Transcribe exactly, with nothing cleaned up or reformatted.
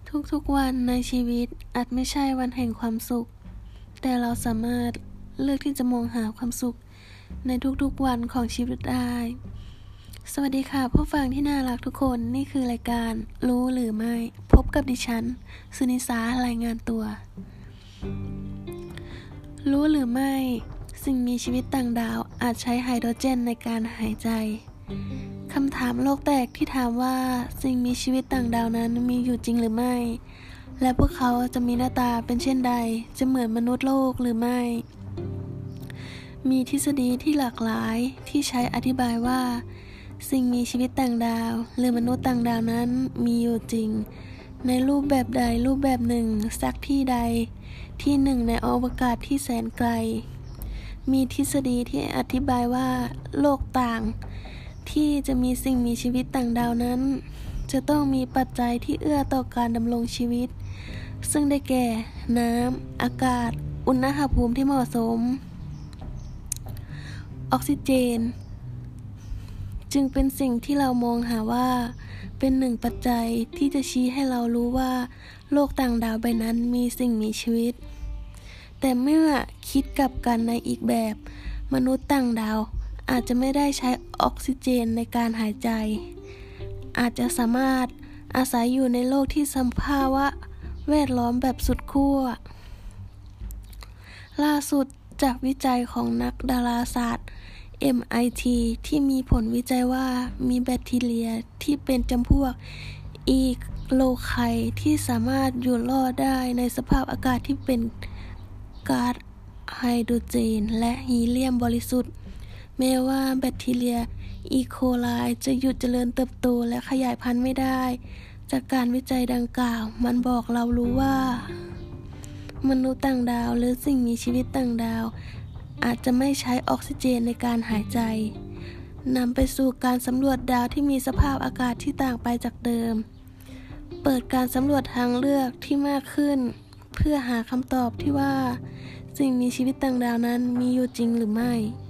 ทุกๆวันในชีวิตอาจไม่ใช่วันแห่งความสุขแต่เราสามารถเลือกที่จะมองหาความสุขในทุกๆวันของชีวิตได้สวัสดีค่ะผู้ฟังที่น่ารักทุกคนนี่คือรายการรู้หรือไม่พบกับดิฉันสุนิสารายงานตัวรู้หรือไม่สิ่งมีชีวิตต่างดาวอาจใช้ไฮโดรเจนในการหายใจคำถามโลกแตกที่ถามว่าสิ่งมีชีวิตต่างดาวนั้นมีอยู่จริงหรือไม่และพวกเขาจะมีหน้าตาเป็นเช่นใดจะเหมือนมนุษย์โลกหรือไม่มีทฤษฎีที่หลากหลายที่ใช้อธิบายว่าสิ่งมีชีวิตต่างดาวหรือมนุษย์ต่างดาวนั้นมีอยู่จริงในรูปแบบใดรูปแบบหนึ่งสักที่ใดที่หนึ่งในอวกาศที่แสนไกลมีทฤษฎีที่อธิบายว่าโลกต่างที่จะมีสิ่งมีชีวิตต่างดาวนั้นจะต้องมีปัจจัยที่เอื้อต่อการดำรงชีวิตซึ่งได้แก่น้ำอากาศอุณหภูมิที่เหมาะสมออกซิเจนจึงเป็นสิ่งที่เรามองหาว่าเป็นหนึ่งปัจจัยที่จะชี้ให้เรารู้ว่าโลกต่างดาวใบนั้นมีสิ่งมีชีวิตแต่เมื่อคิดกลับกันในอีกแบบมนุษย์ต่างดาวอาจจะไม่ได้ใช้ออกซิเจนในการหายใจอาจจะสามารถอาศัยอยู่ในโลกที่สภาวะแวดล้อมแบบสุดขั้วล่าสุดจากวิจัยของนักดาราศาสตร์ เอ็ม ไอ ที ที่มีผลวิจัยว่ามีแบคทีเรียที่เป็นจำพวกอีโคไคที่สามารถอยู่รอดได้ในสภาพอากาศที่เป็นก๊าซไฮโดรเจนและฮีเลียมบริสุทธิ์แม้ว่าแบคทีเรียอีโคไลจะหยุดเจริญเติบโตและขยายพันธุ์ไม่ได้จากการวิจัยดังกล่าวมันบอกเรารู้ว่ามนุษย์ต่างดาวหรือสิ่งมีชีวิตต่างดาวอาจจะไม่ใช้ออกซิเจนในการหายใจนำไปสู่การสำรวจดาวที่มีสภาพอากาศที่ต่างไปจากเดิมเปิดการสำรวจทางเลือกที่มากขึ้นเพื่อหาคำตอบที่ว่าสิ่งมีชีวิตต่างดาวนั้นมีอยู่จริงหรือไม่